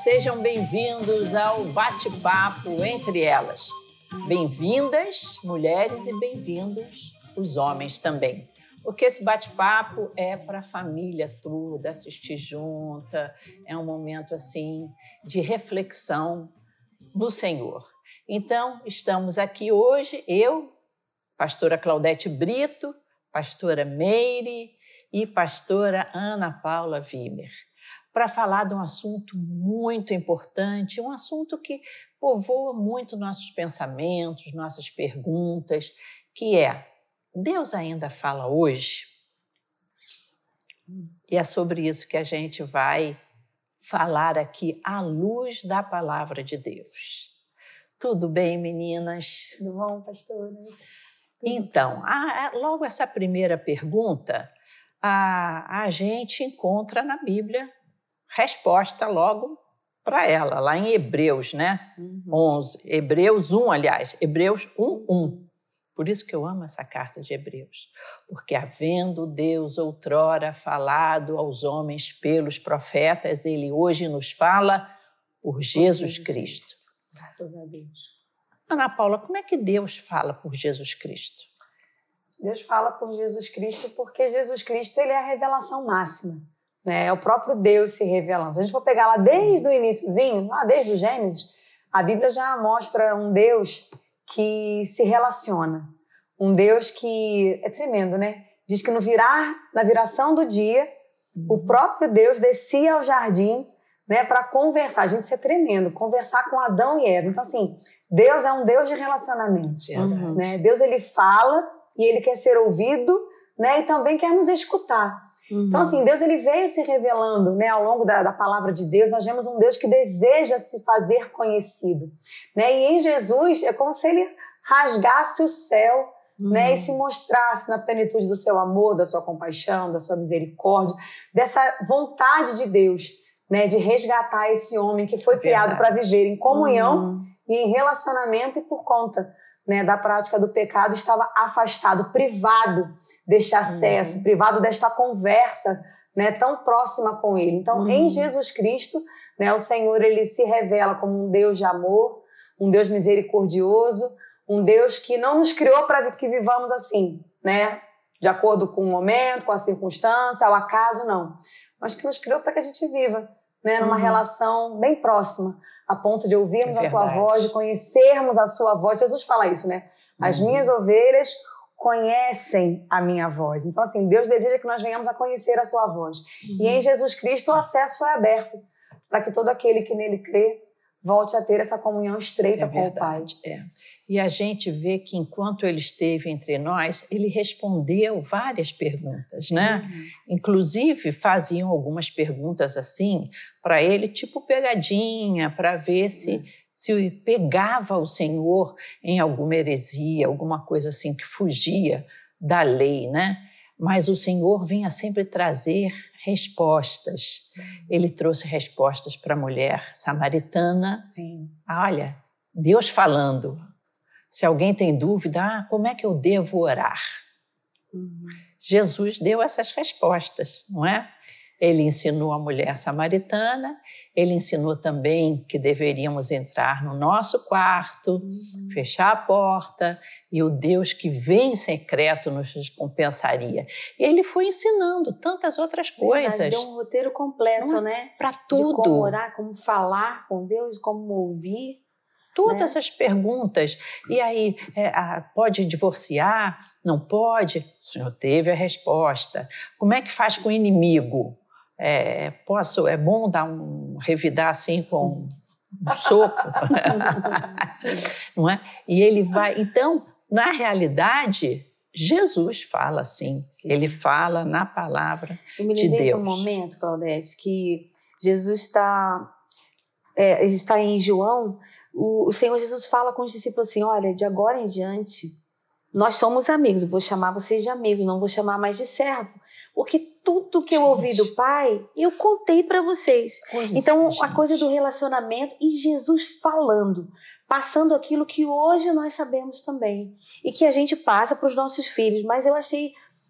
sejam bem-vindos ao Bate-Papo Entre Elas. Bem-vindas, mulheres, e bem-vindos os homens também. Porque esse bate-papo é para a família toda assistir junta, é um momento assim de reflexão no Senhor. Então, estamos aqui hoje, eu, pastora Claudete Brito, pastora Meire e pastora Ana Paula Wimmer, para falar de um assunto muito importante, um assunto que povoa muito nossos pensamentos, nossas perguntas, que é: Deus ainda fala hoje? E é sobre isso que a gente vai falar aqui à luz da palavra de Deus. Tudo bem, meninas? Tudo bom, pastora? Então, logo essa primeira pergunta, a gente encontra na Bíblia resposta logo para ela, lá em Hebreus, né? 11, Hebreus 1, aliás, Hebreus 1:1. Por isso que eu amo essa carta de Hebreus. Porque havendo Deus outrora falado aos homens pelos profetas, Ele hoje nos fala por Jesus Cristo. Graças a Deus. Ana Paula, como é que Deus fala por Jesus Cristo? Deus fala por Jesus Cristo porque Jesus Cristo ele é a revelação máxima, né? É o próprio Deus se revelando. Se a gente for pegar lá desde o iniciozinho, lá desde o Gênesis, a Bíblia já mostra um Deus que se relaciona. Um Deus que é tremendo, né? Diz que na viração do dia, o próprio Deus descia ao jardim, né, para conversar. A gente, isso é tremendo, conversar com Adão e Eva. Então, assim, Deus é um Deus de relacionamentos. Né? Deus, ele fala e ele quer ser ouvido, né, e também quer nos escutar. Então, assim, Deus ele veio se revelando, né, ao longo da palavra de Deus. Nós vemos um Deus que deseja se fazer conhecido, né? E em Jesus é como se ele rasgasse o céu, né, e se mostrasse na plenitude do seu amor, da sua compaixão, da sua misericórdia, dessa vontade de Deus, né, de resgatar esse homem que foi criado para viver em comunhão e em relacionamento, e por conta, né, da prática do pecado estava afastado, privado deste acesso, privado desta conversa, né, tão próxima com ele. Então, em Jesus Cristo, né, o Senhor ele se revela como um Deus de amor, um Deus misericordioso, um Deus que não nos criou para que vivamos assim, né, de acordo com o momento, com a circunstância, ao acaso, não. Mas que nos criou para que a gente viva, né, numa relação bem próxima, a ponto de ouvirmos a sua voz, de conhecermos a sua voz. Jesus fala isso, né? As minhas ovelhas conhecem a minha voz. Então, assim, Deus deseja que nós venhamos a conhecer a sua voz. E em Jesus Cristo o acesso foi aberto para que todo aquele que nele crê volte a ter essa comunhão estreita com o Pai. E a gente vê que enquanto ele esteve entre nós, ele respondeu várias perguntas, né? Inclusive, faziam algumas perguntas assim para ele, tipo pegadinha, para ver se pegava o Senhor em alguma heresia, alguma coisa assim que fugia da lei, né? Mas o Senhor vinha sempre trazer respostas. Ele trouxe respostas para a mulher samaritana. Sim. Olha, Deus falando. Se alguém tem dúvida, como é que eu devo orar? Jesus deu essas respostas, não é? Ele ensinou a mulher samaritana, ele ensinou também que deveríamos entrar no nosso quarto, fechar a porta, e o Deus que vem em secreto nos recompensaria. E ele foi ensinando tantas outras coisas. Deu um roteiro completo, né? Para tudo. De como orar, como falar com Deus, como ouvir. Todas essas perguntas. E aí, pode divorciar? Não pode? O Senhor teve a resposta. Como é que faz com o inimigo? É bom revidar assim com um soco? Não é? E ele vai... Então, na realidade, Jesus fala assim. Sim. Ele fala na palavra de Deus. Eu me lembrei de um momento, Claudete, que Jesus está em João. O Senhor Jesus fala com os discípulos assim: olha, de agora em diante, nós somos amigos, eu vou chamar vocês de amigos, não vou chamar mais de servo, porque tudo que eu ouvi do Pai, eu contei para vocês. Então, a coisa do relacionamento e Jesus falando, passando aquilo que hoje nós sabemos também, e que a gente passa para os nossos filhos. Mas eu achei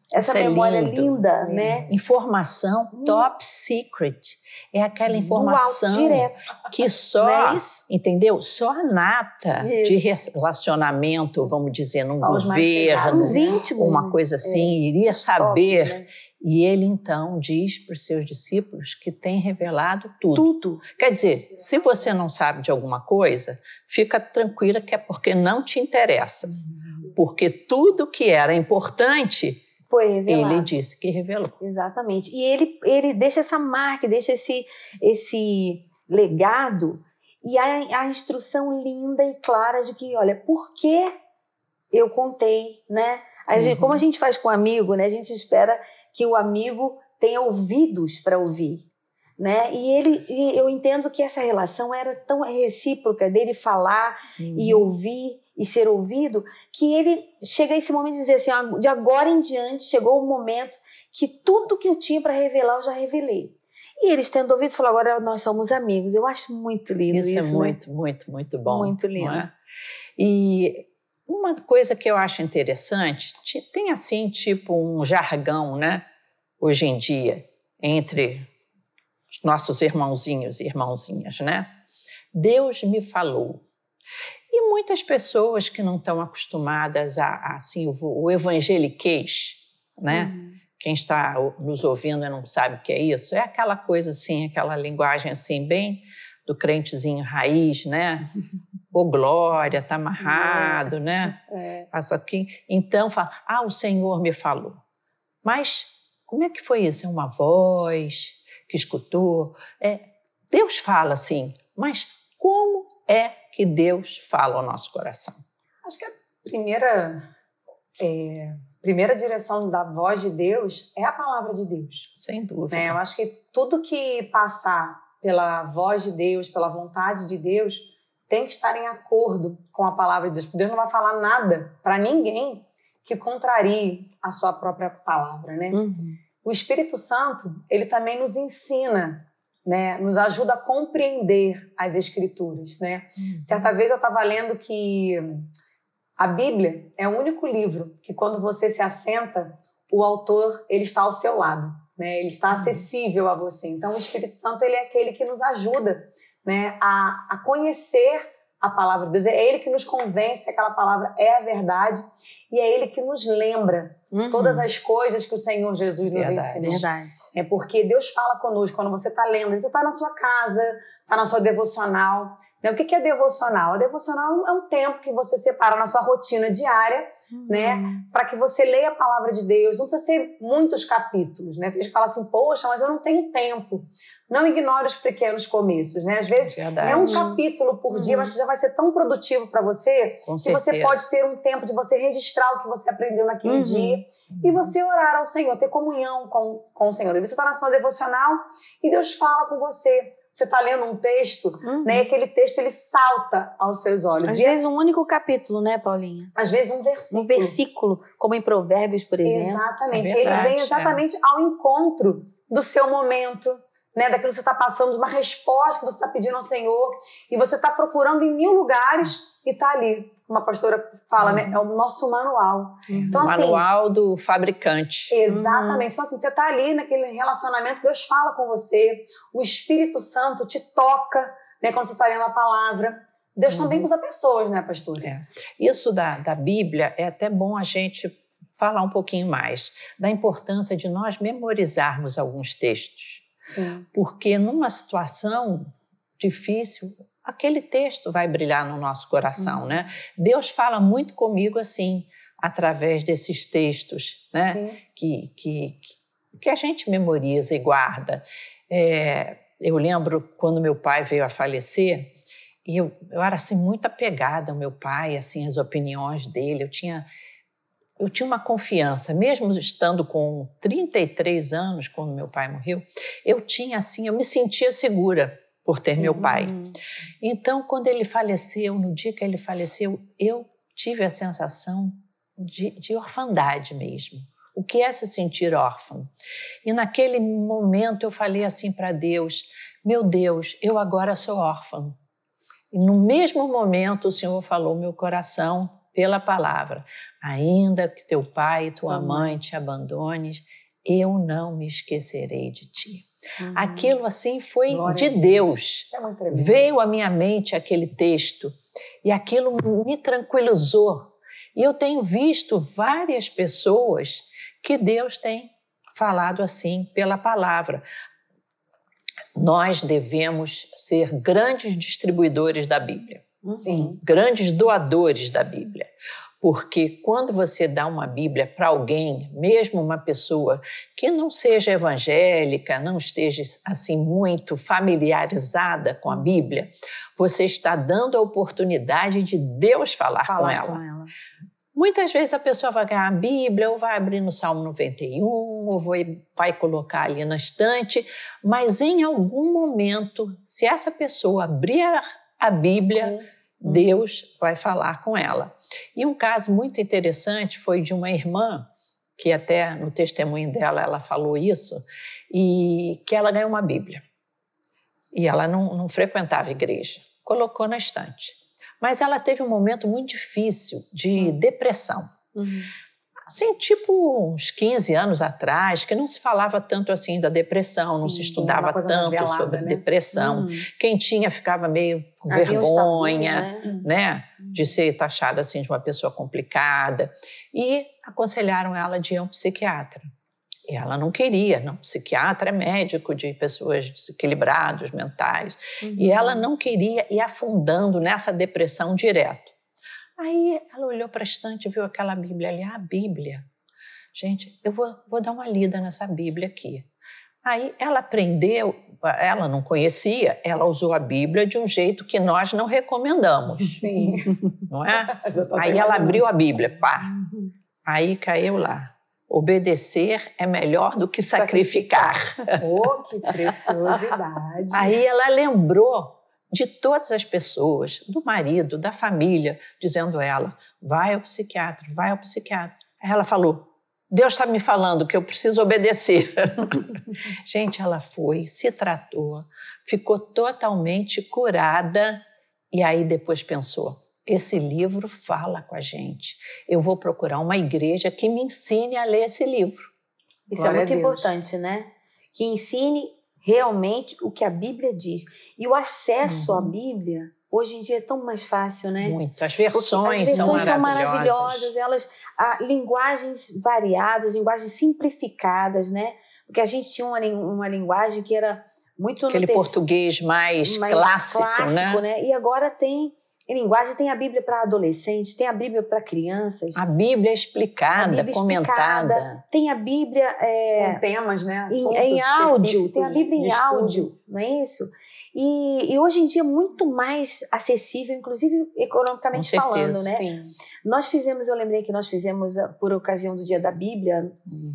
essa memória linda, né? Informação top secret. É aquela informação direto, que só, entendeu? Só a nata de relacionamento, vamos dizer, num governo, os íntimos, uma coisa assim, iria saber. Top, né? E ele, então, diz para os seus discípulos que tem revelado tudo. Quer dizer, se você não sabe de alguma coisa, fica tranquila que é porque não te interessa. Porque tudo que era importante, foi revelado. Ele disse que revelou. Exatamente. E ele deixa essa marca, deixa esse legado e a instrução linda e clara de que, olha, por que eu contei, né? Como a gente faz com um amigo, né? A gente espera que o amigo tenha ouvidos para ouvir, né? E eu entendo que essa relação era tão recíproca dele falar e ouvir e ser ouvido, que ele chega a esse momento de dizer assim, de agora em diante chegou o momento que tudo que eu tinha para revelar eu já revelei. E eles tendo ouvido, falou, agora nós somos amigos. Eu acho muito lindo isso. Isso é muito, muito, muito bom. Muito lindo. Não é? E uma coisa que eu acho interessante, tem assim tipo um jargão, né? Hoje em dia, entre os nossos irmãozinhos e irmãozinhas, né? Deus me falou. E muitas pessoas que não estão acostumadas a assim, o evangeliquez, né? Quem está nos ouvindo e não sabe o que é isso, é aquela coisa assim, aquela linguagem assim, bem do crentezinho raiz, né? Ô, glória, tá amarrado, né? Passa aqui. Então, fala, o Senhor me falou. Mas como é que foi isso? É uma voz que escutou? Deus fala assim, mas como é que Deus fala ao nosso coração? Acho que a primeira direção da voz de Deus é a palavra de Deus. Sem dúvida. Eu acho que tudo que passar pela voz de Deus, pela vontade de Deus, tem que estar em acordo com a palavra de Deus. Porque Deus não vai falar nada para ninguém que contrarie a sua própria palavra, né? O Espírito Santo, ele também nos ensina, né? Nos ajuda a compreender as Escrituras, né? Certa vez eu estava lendo que a Bíblia é o único livro que quando você se assenta, o autor ele está ao seu lado, né? Ele está acessível a você. Então o Espírito Santo ele é aquele que nos ajuda, né, a conhecer a palavra de Deus. É ele que nos convence que aquela palavra é a verdade e é ele que nos lembra todas as coisas que o Senhor Jesus nos ensinou. Verdade. É porque Deus fala conosco quando você está lendo. Você está na sua casa, está na sua devocional. O que é devocional? A devocional é um tempo que você separa na sua rotina diária, né, para que você leia a palavra de Deus. Não precisa ser muitos capítulos, né? Tem gente que fala assim, poxa, mas eu não tenho tempo. Não ignore os pequenos começos, né? Às vezes é um capítulo por dia, mas que já vai ser tão produtivo para você que você pode ter um tempo de você registrar o que você aprendeu naquele dia e você orar ao Senhor, ter comunhão com o Senhor. E você está na sua devocional e Deus fala com você. Você está lendo um texto, né? E aquele texto ele salta aos seus olhos. Às vezes um único capítulo, né, Paulinha? Às vezes um versículo. Um versículo, como em Provérbios, por exemplo. Exatamente. Ele vem exatamente ao encontro do seu momento, né? Daquilo que você está passando, de uma resposta que você está pedindo ao Senhor. E você está procurando em 1000 lugares e está ali. Como a pastora fala, né? É o nosso manual. Então, assim, manual do fabricante. Exatamente. Então, assim, você está ali naquele relacionamento, Deus fala com você, o Espírito Santo te toca, né, quando você está lendo a palavra. Deus também usa pessoas, né, pastora? Isso da Bíblia é até bom a gente falar um pouquinho mais da importância de nós memorizarmos alguns textos. Sim. Porque numa situação difícil, aquele texto vai brilhar no nosso coração, né? Deus fala muito comigo assim, através desses textos, né? Que a gente memoriza e guarda. Eu lembro quando meu pai veio a falecer, e eu era assim, muito apegada ao meu pai, assim, as opiniões dele. Eu tinha uma confiança, mesmo estando com 33 anos, quando meu pai morreu, eu me sentia segura por ter meu pai. Então, quando ele faleceu, no dia que ele faleceu, eu tive a sensação de orfandade mesmo. O que é se sentir órfão? E naquele momento eu falei assim para Deus, meu Deus, eu agora sou órfã. E no mesmo momento o Senhor falou meu coração, pela palavra. Ainda que teu pai e tua mãe te abandones, eu não me esquecerei de ti. Aquilo assim foi de Deus. Veio à minha mente aquele texto e aquilo me tranquilizou. E eu tenho visto várias pessoas que Deus tem falado assim pela palavra. Nós devemos ser grandes distribuidores da Bíblia. Sim. Grandes doadores da Bíblia. Porque quando você dá uma Bíblia para alguém, mesmo uma pessoa que não seja evangélica, não esteja assim muito familiarizada com a Bíblia, você está dando a oportunidade de Deus falar com ela. Muitas vezes a pessoa vai ganhar a Bíblia, ou vai abrir no Salmo 91, ou vai colocar ali na estante, mas em algum momento, se essa pessoa abrir a Bíblia, Deus vai falar com ela. E um caso muito interessante foi de uma irmã, que até no testemunho dela ela falou isso, e que ela ganhou uma Bíblia. E ela não frequentava a igreja, colocou na estante. Mas ela teve um momento muito difícil de depressão. Assim, tipo uns 15 anos atrás, que não se falava tanto assim da depressão, não se estudava tanto velada, sobre depressão. Quem tinha ficava meio com vergonha, né? De ser taxada assim de uma pessoa complicada. E aconselharam ela de ir a um psiquiatra. E ela não queria, não. Psiquiatra é médico de pessoas desequilibradas, mentais. E ela não queria ir afundando nessa depressão direto. Aí ela olhou para a estante e viu aquela Bíblia ali. A Bíblia. Gente, eu vou dar uma lida nessa Bíblia aqui. Aí ela aprendeu, ela não conhecia, ela usou a Bíblia de um jeito que nós não recomendamos. Sim. Não é? Aí ela abriu a Bíblia, pá. Aí caiu lá. Obedecer é melhor do que sacrificar. Oh, que preciosidade. Aí ela lembrou de todas as pessoas, do marido, da família, dizendo a ela, vai ao psiquiatra, vai ao psiquiatra. Aí ela falou, Deus está me falando que eu preciso obedecer. Gente, ela foi, se tratou, ficou totalmente curada e aí depois pensou, esse livro fala com a gente. Eu vou procurar uma igreja que me ensine a ler esse livro. Isso Glória é muito importante, né? Que ensine realmente o que a Bíblia diz. E o acesso à Bíblia, hoje em dia, é tão mais fácil, né? Muito. As versões são maravilhosas. Elas, linguagens variadas, linguagens simplificadas, né? Porque a gente tinha uma linguagem que era muito... Aquele português mais clássico, né? E agora tem linguagem, tem a Bíblia para adolescentes, tem a Bíblia para crianças. A Bíblia explicada, comentada. Tem a Bíblia... com temas, né? Em áudio, tem a Bíblia em áudio, não é isso? E hoje em dia é muito mais acessível, inclusive economicamente falando, né? Sim. Eu lembrei que nós fizemos, por ocasião do Dia da Bíblia,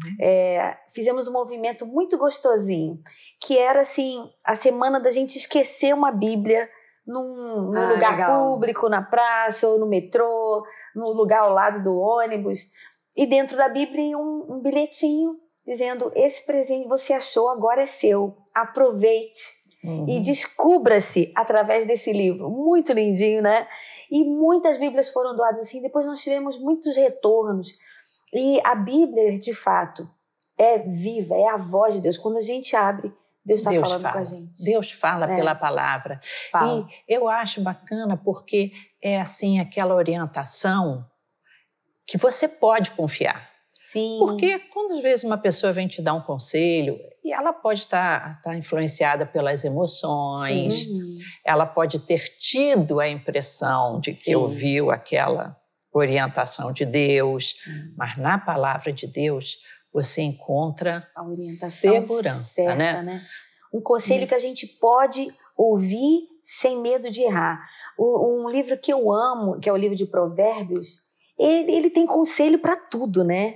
fizemos um movimento muito gostosinho, que era assim, a semana da gente esquecer uma Bíblia num lugar público, na praça ou no metrô, no lugar ao lado do ônibus, e dentro da Bíblia um bilhetinho dizendo, esse presente você achou, agora é seu, aproveite. E descubra-se através desse livro. Muito lindinho, né? E muitas Bíblias foram doadas assim. Depois nós tivemos muitos retornos. E a Bíblia, de fato, é viva, é a voz de Deus. Quando a gente abre, Deus está falando com a gente. Deus fala pela palavra. Fala. E eu acho bacana porque é assim aquela orientação que você pode confiar. Sim. Porque quando às vezes uma pessoa vem te dar um conselho, e ela pode estar influenciada pelas emoções, ela pode ter tido a impressão de que ouviu aquela orientação de Deus, mas na palavra de Deus você encontra a orientação segurança, certa, né? Um conselho que a gente pode ouvir sem medo de errar. Um livro que eu amo, que é o livro de Provérbios, ele tem conselho para tudo, né?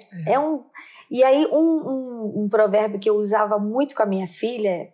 E aí um provérbio que eu usava muito com a minha filha,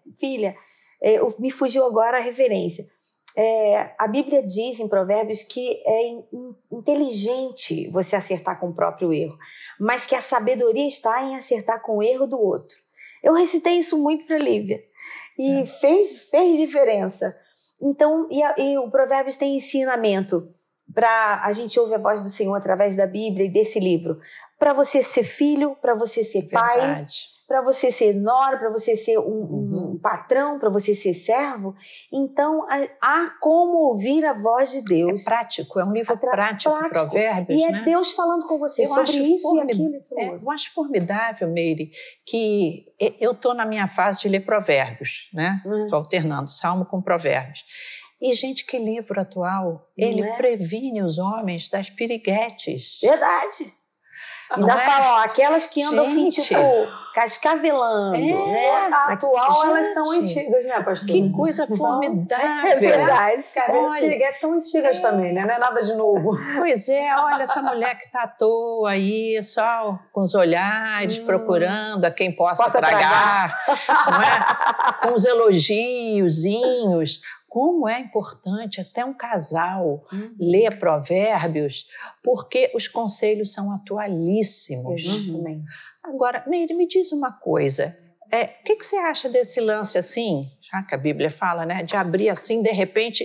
me fugiu agora a referência. A Bíblia diz em Provérbios que é inteligente você acertar com o próprio erro, mas que a sabedoria está em acertar com o erro do outro. Eu recitei isso muito para a Lívia e fez diferença. Então, e o Provérbios tem ensinamento a gente ouve a voz do Senhor através da Bíblia e desse livro? Para você ser filho, para você ser pai, para você ser nora, para você ser um patrão, para você ser servo. Então, há como ouvir a voz de Deus. É prático, é um livro prático, Provérbios. E é né? Deus falando com você sobre isso e aquilo. Eu acho formidável, Meire, que eu estou na minha fase de ler Provérbios, né? Estou alternando Salmo com Provérbios. E, gente, que livro atual, ele previne os homens das piriguetes. Verdade. Ainda fala, ó, aquelas que andam assim, tipo, cascavelando. A atual, elas são antigas, né, pastor? Que coisa formidável. É verdade. Cara, as piriguetes são antigas também, né? Não é nada de novo. Pois é, olha essa mulher que está à toa aí, só com os olhares, procurando a quem possa tragar. Não é? Com os elogiozinhos. Como é importante até um casal ler Provérbios, porque os conselhos são atualíssimos. Agora, Meire, me diz uma coisa. O que você acha desse lance assim, já que a Bíblia fala, né? De abrir assim, de repente...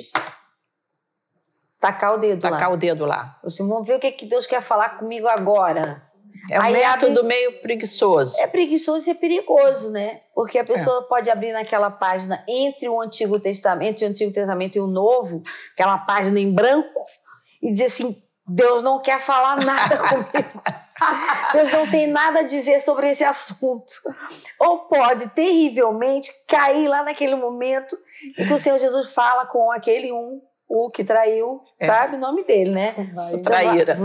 Tacar o dedo lá. Vamos ver o que Deus quer falar comigo agora. É um método meio preguiçoso. É preguiçoso e é perigoso, né? Porque a pessoa pode abrir naquela página entre o Antigo Testamento e o Novo, aquela página em branco, e dizer assim, Deus não quer falar nada comigo. Deus não tem nada a dizer sobre esse assunto. Ou pode, terrivelmente, cair lá naquele momento em que o Senhor Jesus fala com aquele o que traiu, sabe o nome dele, né? O traíra.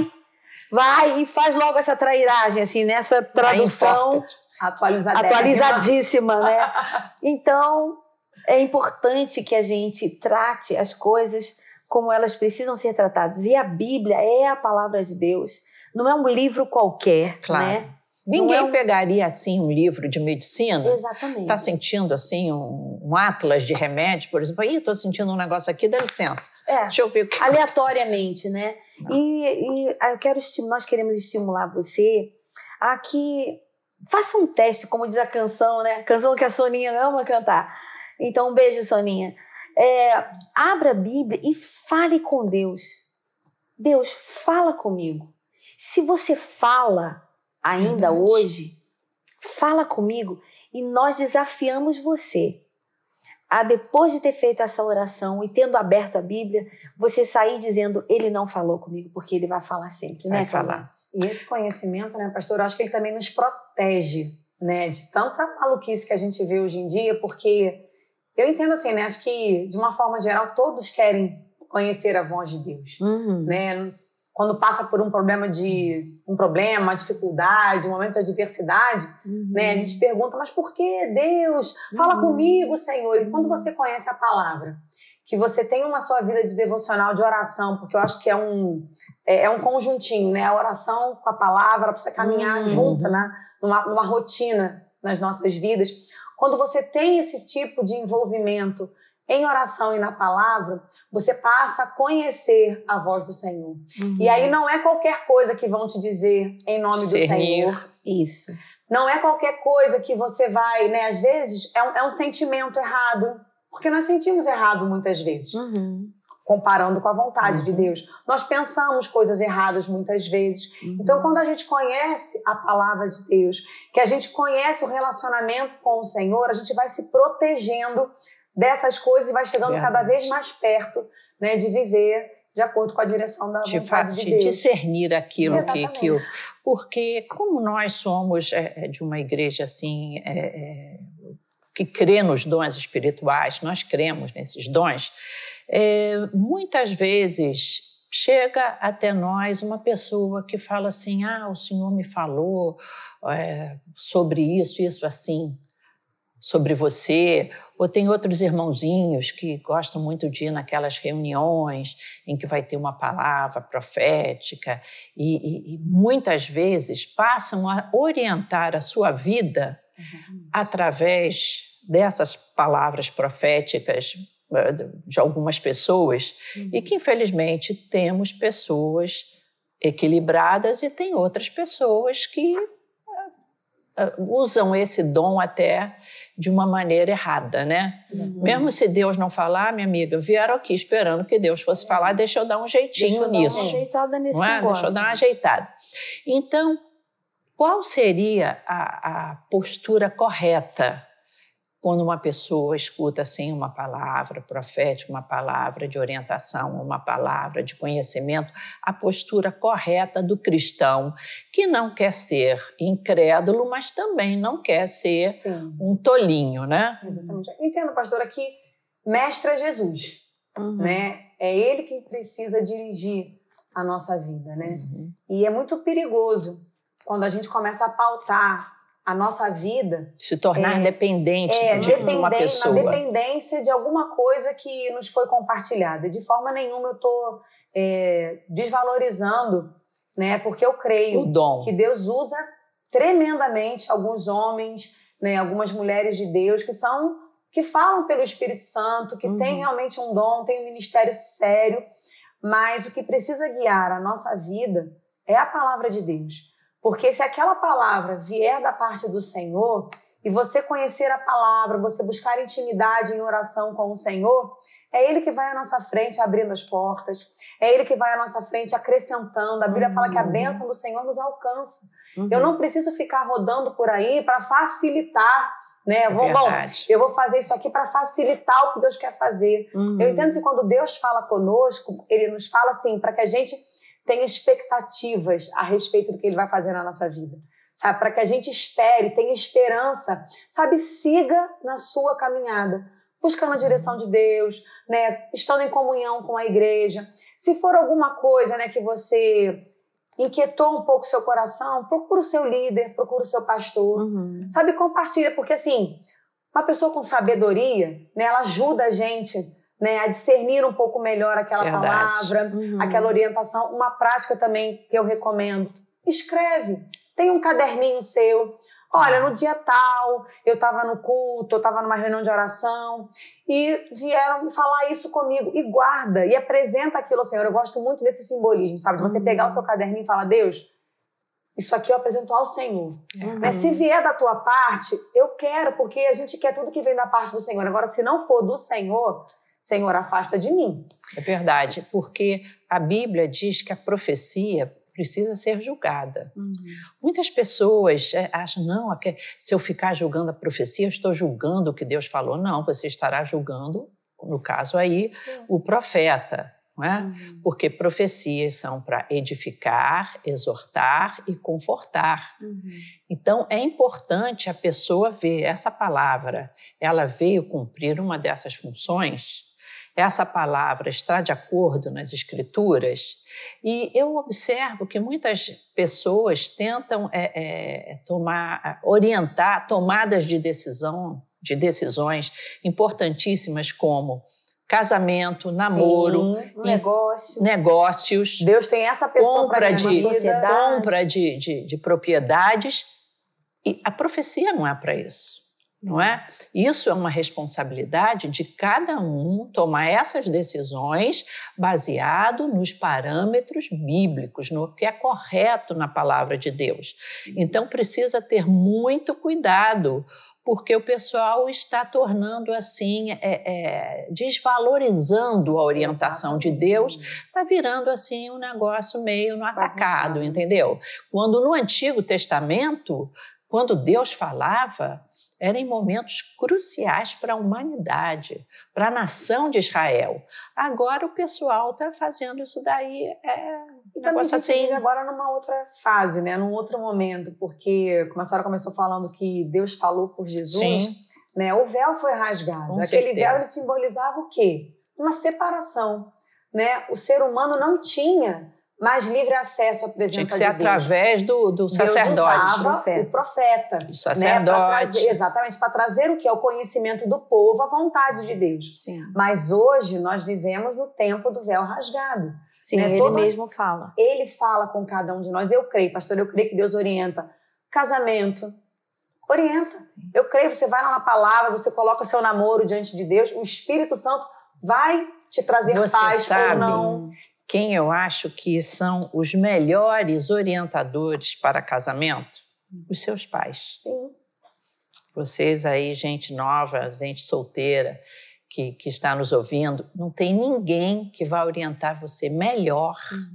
Vai e faz logo essa trairagem, assim, nessa tradução atualizadíssima, né? Então, é importante que a gente trate as coisas como elas precisam ser tratadas. E a Bíblia é a palavra de Deus. Não é um livro qualquer, né? Ninguém pegaria, assim, um livro de medicina. Exatamente. Está sentindo, assim, um atlas de remédio, por exemplo. Estou sentindo um negócio aqui, dá licença. Deixa eu ver o que... Aleatoriamente, né? E nós queremos estimular você a que faça um teste, como diz a canção, né? Canção que a Soninha ama cantar. Então, um beijo, Soninha. Abra a Bíblia e fale com Deus. Deus, fala comigo. Se você fala ainda hoje, fala comigo e nós desafiamos você a, depois de ter feito essa oração e tendo aberto a Bíblia, você sair dizendo, ele não falou comigo, porque ele vai falar sempre, né? Vai falar. E esse conhecimento, né, pastor, eu acho que ele também nos protege, né, de tanta maluquice que a gente vê hoje em dia, porque eu entendo assim, né, acho que de uma forma geral todos querem conhecer a voz de Deus, né? Quando passa por um problema, uma dificuldade, um momento de adversidade, né, a gente pergunta, mas por que Deus? Fala comigo, Senhor. E quando você conhece a palavra, que você tem uma sua vida de devocional, de oração, porque eu acho que é um conjuntinho, né? A oração com a palavra, para você caminhar junto, né? numa rotina nas nossas vidas. Quando você tem esse tipo de envolvimento em oração e na palavra, você passa a conhecer a voz do Senhor. E aí não é qualquer coisa que vão te dizer em nome do Senhor. Isso. Não é qualquer coisa que você vai, né? Às vezes é um sentimento errado, porque nós sentimos errado muitas vezes, comparando com a vontade de Deus. Nós pensamos coisas erradas muitas vezes. Então, quando a gente conhece a palavra de Deus, que a gente conhece o relacionamento com o Senhor, a gente vai se protegendo dessas coisas e vai chegando cada vez mais perto, né, de viver de acordo com a direção da vontade de Deus. Discernir aquilo que... Porque como nós somos de uma igreja assim, que crê nos dons espirituais, nós cremos nesses dons, muitas vezes chega até nós uma pessoa que fala assim, o Senhor me falou sobre isso assim, sobre você, ou tem outros irmãozinhos que gostam muito de ir naquelas reuniões em que vai ter uma palavra profética e muitas vezes passam a orientar a sua vida através dessas palavras proféticas de algumas pessoas e que infelizmente temos pessoas equilibradas e tem outras pessoas que usam esse dom até de uma maneira errada, né? Exatamente. Mesmo se Deus não falar, minha amiga, vieram aqui esperando que Deus fosse falar, deixa eu dar um jeitinho nisso. Deixa eu dar uma ajeitada nesse não é? negócio. Deixa eu dar uma ajeitada. Então, qual seria a postura correta quando uma pessoa escuta assim uma palavra profética, uma palavra de orientação, uma palavra de conhecimento, a postura correta do cristão que não quer ser incrédulo, mas também não quer ser um tolinho, né? Exatamente. Eu entendo, pastora, que mestre é Jesus, né? É ele quem precisa dirigir a nossa vida, né? E é muito perigoso quando a gente começa a pautar a nossa vida, se tornar dependente de uma pessoa. Na dependência de alguma coisa que nos foi compartilhada. De forma nenhuma eu estou desvalorizando, né? Porque eu creio que Deus usa tremendamente alguns homens, né? Algumas mulheres de Deus que falam pelo Espírito Santo, que têm realmente um dom, têm um ministério sério, mas o que precisa guiar a nossa vida é a palavra de Deus. Porque se aquela palavra vier da parte do Senhor e você conhecer a palavra, você buscar intimidade em oração com o Senhor, é Ele que vai à nossa frente abrindo as portas, é Ele que vai à nossa frente acrescentando. A Bíblia fala que a bênção do Senhor nos alcança. Eu não preciso ficar rodando por aí para facilitar, né? Eu vou fazer isso aqui para facilitar o que Deus quer fazer. Eu entendo que quando Deus fala conosco, Ele nos fala assim, para que a gente tenha expectativas a respeito do que Ele vai fazer na nossa vida, sabe? Para que a gente espere, tenha esperança, sabe? Siga na sua caminhada, buscando a direção de Deus, né? Estando em comunhão com a igreja. Se for alguma coisa, né, que você inquietou um pouco o seu coração, procura o seu líder, procura o seu pastor, sabe? Compartilha, porque assim, uma pessoa com sabedoria, né, ela ajuda a gente, né, a discernir um pouco melhor aquela palavra, aquela orientação. Uma prática também que eu recomendo: escreve, tem um caderninho seu. Olha, no dia tal, eu estava no culto, eu estava numa reunião de oração e vieram me falar isso comigo. E guarda, e apresenta aquilo ao Senhor. Eu gosto muito desse simbolismo, sabe? De você pegar o seu caderninho e falar: Deus, isso aqui eu apresento ao Senhor. Né? Se vier da tua parte, eu quero, porque a gente quer tudo que vem da parte do Senhor. Agora, se não for do Senhor, Senhor, afasta de mim. É verdade, porque a Bíblia diz que a profecia precisa ser julgada. Muitas pessoas acham, não, se eu ficar julgando a profecia, eu estou julgando o que Deus falou. Não, você estará julgando, no caso aí, o profeta. Não é? Porque profecias são para edificar, exortar e confortar. Então, é importante a pessoa ver essa palavra. Ela veio cumprir uma dessas funções. Essa palavra está de acordo nas Escrituras. E eu observo que muitas pessoas tentam orientar tomadas de decisões importantíssimas como casamento, namoro, negócios. Deus tem essa pessoa para compra de propriedades. E a profecia não é para isso. Não é? Isso é uma responsabilidade de cada um tomar essas decisões baseado nos parâmetros bíblicos, no que é correto na palavra de Deus. Então precisa ter muito cuidado, porque o pessoal está tornando assim, desvalorizando a orientação de Deus, está virando assim um negócio meio no atacado, entendeu? Quando no Antigo Testamento, quando Deus falava, era em momentos cruciais para a humanidade, para a nação de Israel. Agora o pessoal está fazendo isso daí, um negócio assim. Agora numa outra fase, né? Num outro momento, porque como a senhora começou falando que Deus falou por Jesus, né? O véu foi rasgado. Aquele véu ele simbolizava o quê? Uma separação, né? O ser humano não tinha mais livre acesso à presença de Deus. Tinha que ser através do sacerdote. Deus usava o profeta. O sacerdote. Né, exatamente, para trazer o que é o conhecimento do povo, a vontade de Deus. Mas hoje nós vivemos no tempo do véu rasgado. Sim, né? Ele mesmo fala. Ele fala com cada um de nós. Eu creio, pastor, eu creio que Deus orienta. Casamento, orienta. Eu creio, você vai lá na palavra, você coloca seu namoro diante de Deus, o Espírito Santo vai te trazer paz ou não. Quem eu acho que são os melhores orientadores para casamento? os seus pais. Sim. Vocês aí, gente nova, gente solteira, que está nos ouvindo, não tem ninguém que vai orientar você melhor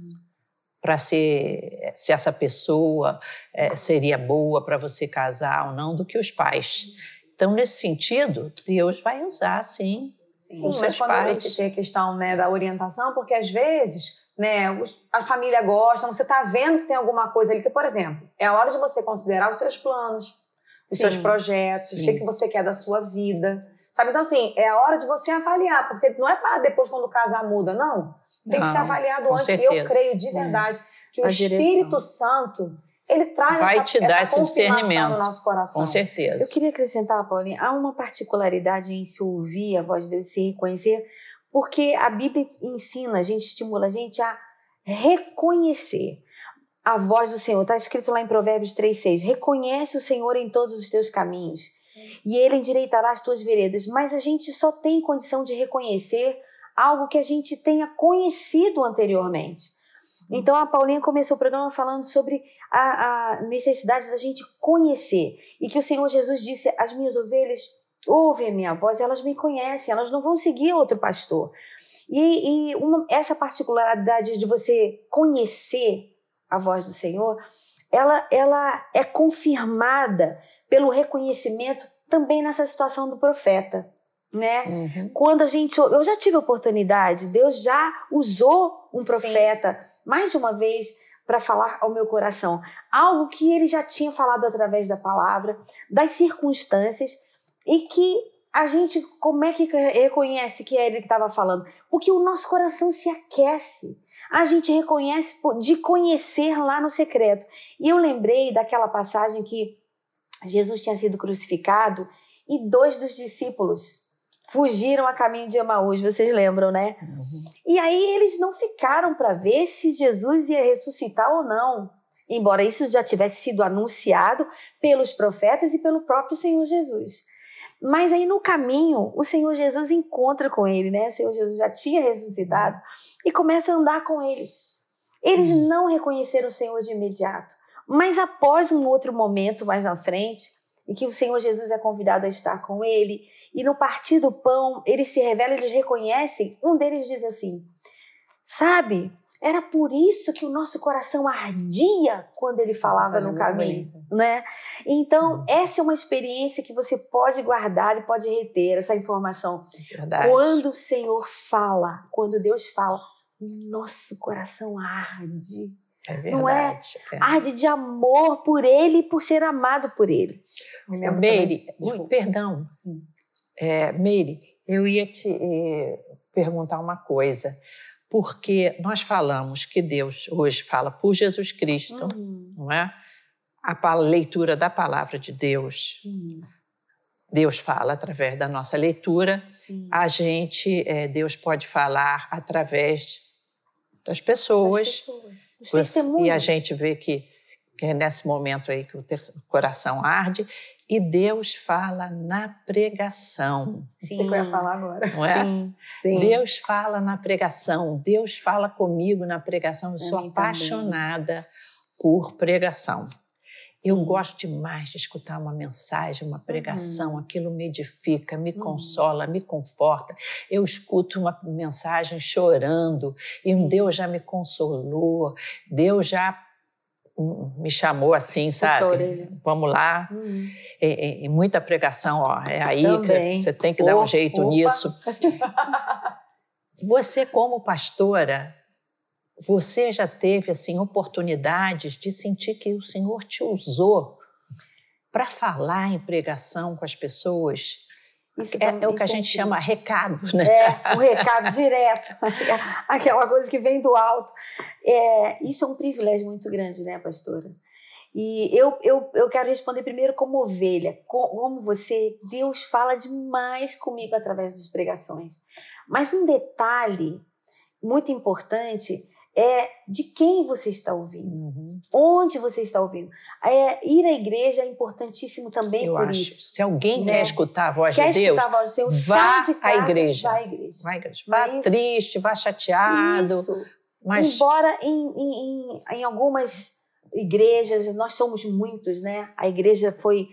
para se essa pessoa seria boa para você casar ou não do que os pais. Então, nesse sentido, Deus vai usar, sim, os seus mas quando pais. você tem a questão, né, da orientação, porque às vezes, né, a família gosta, você está vendo que tem alguma coisa ali que, por exemplo, é a hora de você considerar os seus planos, os seus projetos, o que você quer da sua vida, sabe? Então, assim, é a hora de você avaliar, porque não é para depois, quando casa, muda, não. Tem que ser avaliado antes. Certeza. E eu creio de verdade que o Espírito Santo, ele traz vai te dar esse confirmação discernimento no nosso coração. Com certeza. Eu queria acrescentar, Paulinha, há uma particularidade em se ouvir a voz de Deus, se reconhecer, porque a Bíblia ensina, a gente estimula a gente a reconhecer a voz do Senhor. Está escrito lá em Provérbios 3,6. Reconhece o Senhor em todos os teus caminhos, e Ele endireitará as tuas veredas. Mas a gente só tem condição de reconhecer algo que a gente tenha conhecido anteriormente. Então a Paulinha começou o programa falando sobre a necessidade da gente conhecer, e que o Senhor Jesus disse: as minhas ovelhas ouvem a minha voz, elas me conhecem, elas não vão seguir outro pastor. E essa particularidade de você conhecer a voz do Senhor, ela é confirmada pelo reconhecimento também nessa situação do profeta, né? Quando eu já tive a oportunidade, Deus já usou um profeta mais de uma vez para falar ao meu coração algo que ele já tinha falado através da palavra, das circunstâncias, e que a gente, como é que reconhece que é ele que estava falando? Porque o nosso coração se aquece. A gente reconhece de conhecer lá no secreto. E eu lembrei daquela passagem que Jesus tinha sido crucificado e 2 dos discípulos fugiram a caminho de Emaús, vocês lembram, né? E aí eles não ficaram para ver se Jesus ia ressuscitar ou não, embora isso já tivesse sido anunciado pelos profetas e pelo próprio Senhor Jesus. Mas aí no caminho, o Senhor Jesus encontra com ele, né? O Senhor Jesus já tinha ressuscitado e começa a andar com eles. Eles não reconheceram o Senhor de imediato, mas após um outro momento mais na frente, em que o Senhor Jesus é convidado a estar com ele, e no partir do pão, eles se revelam, eles reconhecem. Um deles diz assim: sabe, era por isso que o nosso coração ardia quando ele falava no caminho, né? Então, essa é uma experiência que você pode guardar e pode reter, essa informação. Verdade. Quando o Senhor fala, quando Deus fala, nosso coração arde. É verdade. Não é? Arde de amor por ele e por ser amado por ele. Meire, perdão. Meire, eu ia te perguntar uma coisa. Porque nós falamos que Deus hoje fala por Jesus Cristo, não é? A leitura da palavra de Deus. Deus fala através da nossa leitura. A gente, Deus pode falar através das pessoas. Os testemunhos. E a gente vê que é nesse momento aí que o coração arde. E Deus fala na pregação. Isso que eu ia falar agora. Não é? Sim. Deus fala na pregação. Deus fala comigo na pregação. Eu sou apaixonada por pregação. Eu gosto demais de escutar uma mensagem, uma pregação. Aquilo me edifica, me consola, me conforta. Eu escuto uma mensagem chorando e Deus já me consolou. Deus já me chamou assim, sabe? Vamos lá. E muita pregação, ó. É aí também. Que você tem que dar um jeito nisso. Você, como pastora, você já teve assim oportunidades de sentir que o Senhor te usou para falar em pregação com as pessoas? Isso é o que a gente chama recado, né? Um recado direto, aquela coisa que vem do alto. Isso é um privilégio muito grande, né, pastora? E eu quero responder primeiro como ovelha. Como você, Deus fala demais comigo através das pregações. Mas um detalhe muito importante é de quem você está ouvindo, onde você está ouvindo. Ir à igreja é importantíssimo também por isso. Se alguém quer escutar a voz de Deus, vá à igreja. Vá à igreja. Vá triste, vá chateado. Mas... Embora em algumas igrejas, nós somos muitos, né? A igreja foi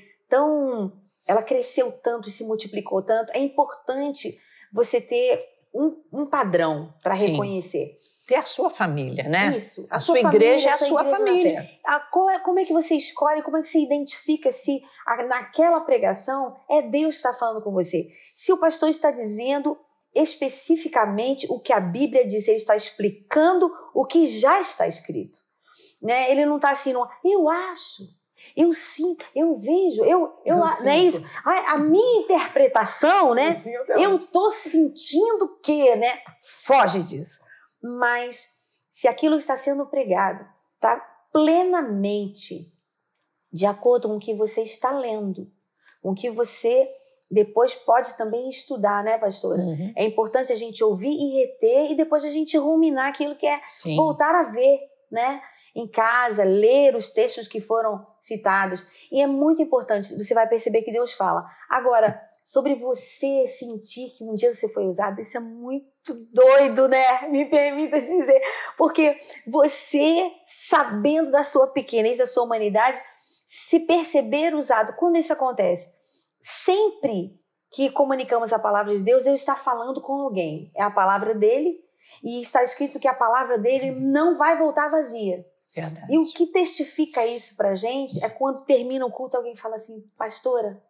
ela cresceu tanto e se multiplicou tanto. É importante você ter um padrão para reconhecer. Ter a sua família, né? Isso. A sua igreja é a sua família. Como é que você escolhe, como é que você identifica se naquela pregação é Deus que está falando com você? Se o pastor está dizendo especificamente o que a Bíblia diz, ele está explicando o que já está escrito. Né? Ele não está assim, eu acho, eu sinto, eu vejo, não é isso? A minha interpretação, né? Eu estou sentindo que, né? Foge disso. Mas se aquilo que está sendo pregado está plenamente de acordo com o que você está lendo, com o que você depois pode também estudar, né, pastora? Uhum. É importante a gente ouvir e reter e depois a gente ruminar aquilo que é voltar a ver, né? Em casa, ler os textos que foram citados. E é muito importante, você vai perceber que Deus fala. Agora, sobre você sentir que um dia você foi usado, isso é muito doido, né? Me permita dizer. Porque você, sabendo da sua pequenez, da sua humanidade, se perceber usado, quando isso acontece? Sempre que comunicamos a palavra de Deus, Deus está falando com alguém. É a palavra dele e está escrito que a palavra dele não vai voltar vazia. Verdade. E o que testifica isso pra gente é quando termina o culto, alguém fala assim, pastora,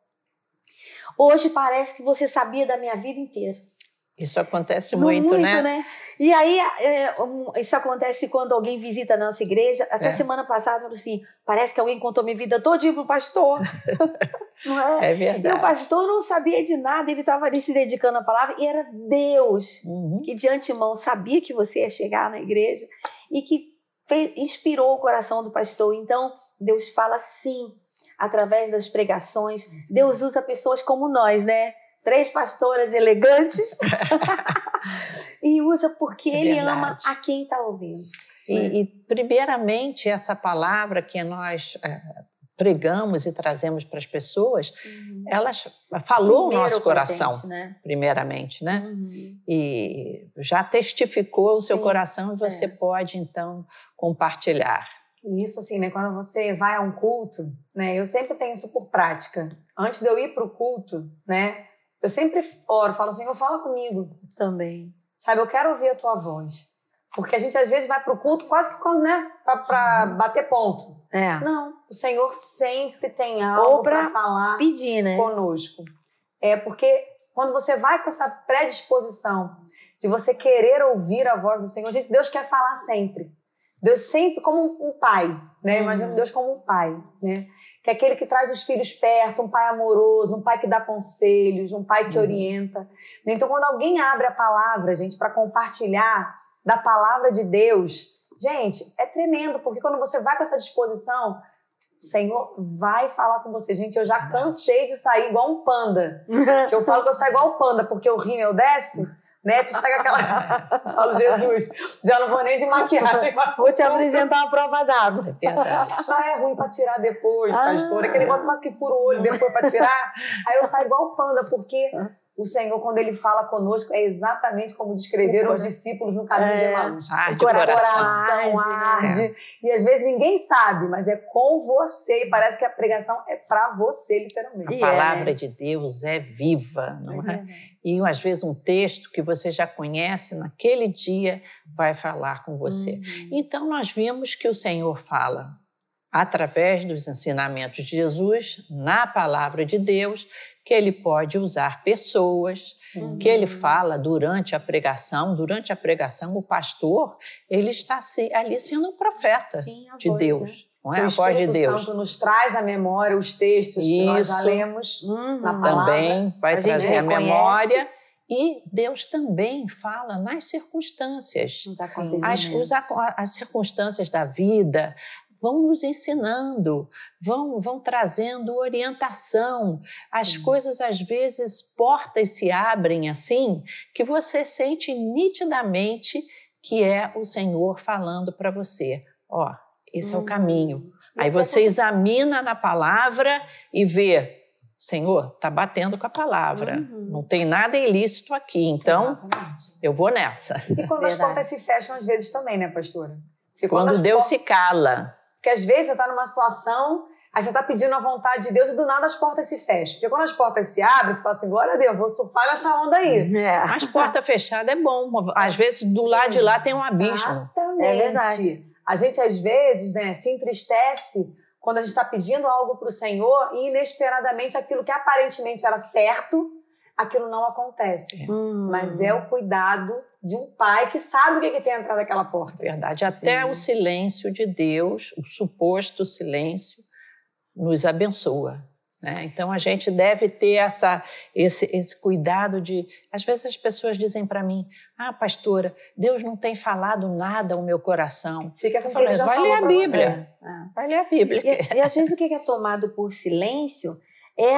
hoje parece que você sabia da minha vida inteira. Isso acontece muito, né? E aí, isso acontece quando alguém visita a nossa igreja. Até semana passada, falou assim, parece que alguém contou minha vida todinha pro pastor. Não é? É verdade. E o pastor não sabia de nada, ele estava ali se dedicando à palavra, e era Deus que de antemão sabia que você ia chegar na igreja e que inspirou o coração do pastor. Então, Deus fala sim, através das pregações. Deus usa pessoas como nós, né? 3 pastoras elegantes e usa porque Ele ama a quem está ouvindo. E primeiramente, essa palavra que nós pregamos e trazemos para as pessoas, ela falou o nosso coração, gente, né? Primeiramente, né? E já testificou o seu coração e você pode, então, compartilhar. E isso, assim, né? Quando você vai a um culto, né? Eu sempre tenho isso por prática. Antes de eu ir para o culto, né? Eu sempre oro, falo assim, fala comigo. Também. Sabe, eu quero ouvir a tua voz. Porque a gente, às vezes, vai para o culto quase que quando, né? Para bater ponto. Não, o Senhor sempre tem algo para falar pedir, né? conosco. Porque quando você vai com essa predisposição de você querer ouvir a voz do Senhor, gente, Deus quer falar sempre. Deus sempre como um pai, né? Imagina Deus como um pai, né? Que é aquele que traz os filhos perto, um pai amoroso, um pai que dá conselhos, um pai que orienta. Então, quando alguém abre a palavra, gente, para compartilhar da palavra de Deus, gente, é tremendo, porque quando você vai com essa disposição, o Senhor vai falar com você. Gente, eu já cansei de sair igual um panda. Que eu falo que eu saio igual um panda, porque o rímel eu desce, né? Tu sai com aquela... Eu falo, Jesus, já não vou nem de maquiagem. Vou te apresentar uma prova d'água. É ruim pra tirar depois, pastor. Aquele negócio quase que fura o olho depois pra tirar. Aí eu saio igual panda, porque o Senhor, quando Ele fala conosco, é exatamente como descreveram os discípulos no caminho de Emaús. Arde o coração. Arde. E às vezes ninguém sabe, mas é com você. E parece que a pregação é pra você, literalmente. A palavra de Deus é viva, não é? E às vezes um texto que você já conhece, naquele dia vai falar com você. Então nós vimos que o Senhor fala através dos ensinamentos de Jesus, na palavra de Deus, que Ele pode usar pessoas, que Ele fala durante a pregação. Durante a pregação, o pastor, ele está ali sendo um profeta de Deus. Não é a voz de Deus. O Espírito Santo nos traz à memória os textos que nós já lemos na palavra. Também vai trazer a memória. E Deus também fala nas circunstâncias. As circunstâncias da vida vão nos ensinando, vão trazendo orientação. As coisas, às vezes, portas se abrem assim, que você sente nitidamente que é o Senhor falando para você. Esse é o caminho. Aí você examina na palavra e vê, Senhor, está batendo com a palavra. Não tem nada ilícito aqui, então eu vou nessa. E quando as portas se fecham, às vezes também, né, pastora? Quando Deus se cala. Porque às vezes você está numa situação, aí você está pedindo a vontade de Deus e do nada as portas se fecham. Porque quando as portas se abrem, você fala assim, glória a Deus, vou surfar nessa onda aí. Mas porta fechada é bom. Às vezes do lado de lá tem um abismo. Exatamente. É verdade. A gente às vezes, né, se entristece quando a gente está pedindo algo para o Senhor e inesperadamente aquilo que aparentemente era certo, aquilo não acontece. Mas é o cuidado de um pai que sabe o que tem atrás daquela porta. Verdade. Até o silêncio de Deus, o suposto silêncio, nos abençoa. Né? Então, a gente deve ter esse cuidado de... Às vezes as pessoas dizem para mim, pastora, Deus não tem falado nada ao meu coração. Fica com que ele já vai falou ler a pra Bíblia. você. Vai ler a Bíblia. E às vezes o que é tomado por silêncio é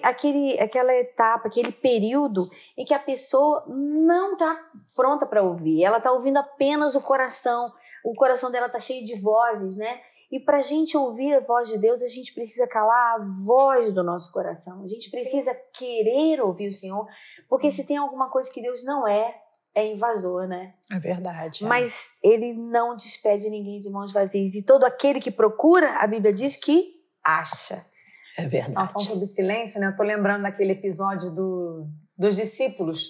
aquela etapa, aquele período em que a pessoa não está pronta para ouvir. Ela está ouvindo apenas o coração dela está cheio de vozes, né? E para a gente ouvir a voz de Deus, a gente precisa calar a voz do nosso coração. A gente precisa querer ouvir o Senhor, porque se tem alguma coisa que Deus não é invasor, né? É verdade. Mas Ele não despede ninguém de mãos vazias. E todo aquele que procura, a Bíblia diz que acha. É verdade. Nós falamos sobre silêncio, né? Eu estou lembrando daquele episódio dos discípulos,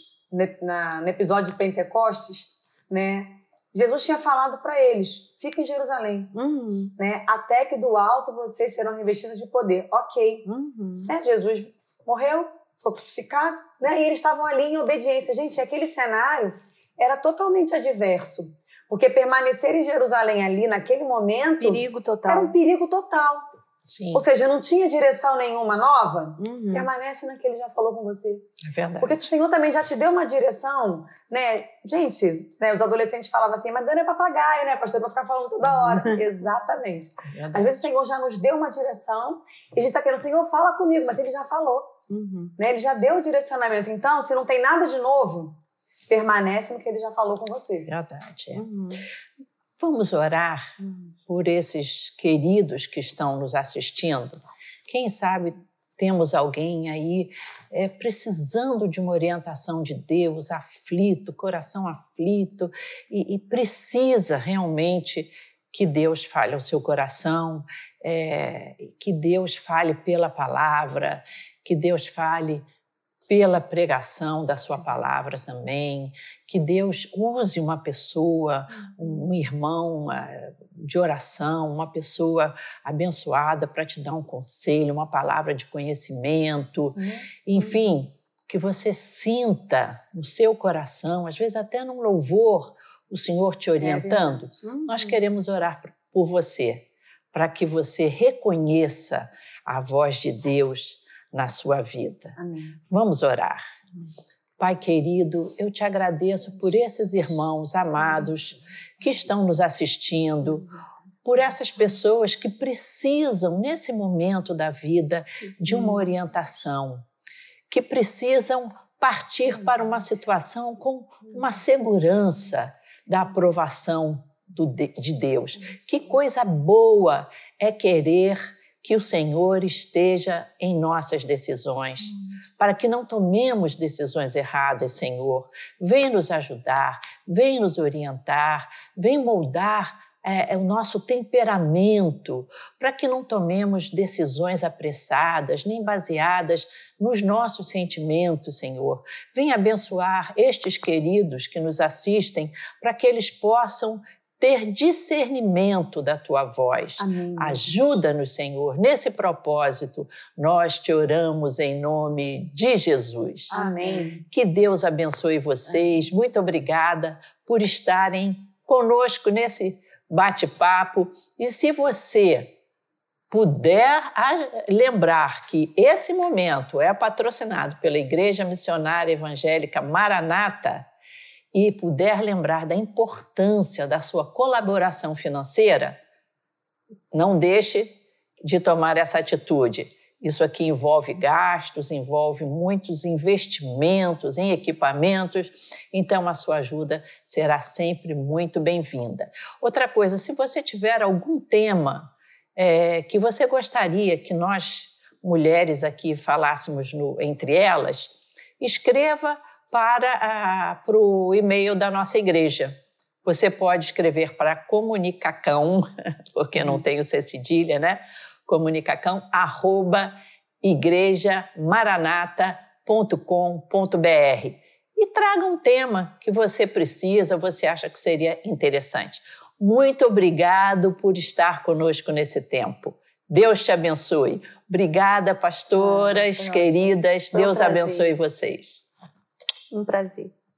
no episódio de Pentecostes, né? Jesus tinha falado para eles, fica em Jerusalém, né? Até que do alto vocês serão revestidos de poder. Ok. Né? Jesus morreu, foi crucificado, né? E eles estavam ali em obediência. Gente, aquele cenário era totalmente adverso, porque permanecer em Jerusalém ali naquele momento Perigo total. era um perigo total. Sim. Ou seja, não tinha direção nenhuma nova, permanece naquele que já falou com você. É verdade. Porque se o Senhor também já te deu uma direção, né? Gente, né, os adolescentes falavam assim, mas Deus não é papagaio, né, pastor? Pra ficar falando toda hora. Exatamente. Às vezes o Senhor já nos deu uma direção e a gente está querendo, Senhor, fala comigo, mas Ele já falou. Né? Ele já deu o direcionamento. Então, se não tem nada de novo, permanece no que Ele já falou com você. Verdade. Vamos orar por esses queridos que estão nos assistindo. Quem sabe temos alguém aí precisando de uma orientação de Deus, aflito, coração aflito, e precisa realmente que Deus fale ao seu coração, que Deus fale pela palavra, que Deus fale pela pregação da sua palavra também, que Deus use uma pessoa, um irmão de oração, uma pessoa abençoada para te dar um conselho, uma palavra de conhecimento, enfim, que você sinta no seu coração, às vezes até num louvor, o Senhor te orientando. Nós queremos orar por você, para que você reconheça a voz de Deus na sua vida. Amém. Vamos orar. Pai querido, eu te agradeço por esses irmãos amados que estão nos assistindo, por essas pessoas que precisam, nesse momento da vida, de uma orientação, que precisam partir para uma situação com uma segurança da aprovação de Deus. Que coisa boa é querer que o Senhor esteja em nossas decisões, para que não tomemos decisões erradas, Senhor. Vem nos ajudar, vem nos orientar, vem moldar o nosso temperamento, para que não tomemos decisões apressadas, nem baseadas nos nossos sentimentos, Senhor. Vem abençoar estes queridos que nos assistem, para que eles possam ter discernimento da Tua voz. Amém. Ajuda-nos, Senhor, nesse propósito. Nós te oramos em nome de Jesus. Amém. Que Deus abençoe vocês. Muito obrigada por estarem conosco nesse bate-papo. E se você puder lembrar que esse momento é patrocinado pela Igreja Missionária Evangélica Maranata, e puder lembrar da importância da sua colaboração financeira, não deixe de tomar essa atitude. Isso aqui envolve gastos, envolve muitos investimentos em equipamentos, então a sua ajuda será sempre muito bem-vinda. Outra coisa, se você tiver algum tema que você gostaria que nós, mulheres aqui, falássemos entre elas, escreva para o e-mail da nossa igreja. Você pode escrever para comunicacão, porque não tem o C cedilha, né? comunicacão@igrejamaranata.com.br e traga um tema que você precisa, você acha que seria interessante. Muito obrigado por estar conosco nesse tempo. Deus te abençoe. Obrigada, pastoras queridas. Deus abençoe vocês. Um prazer.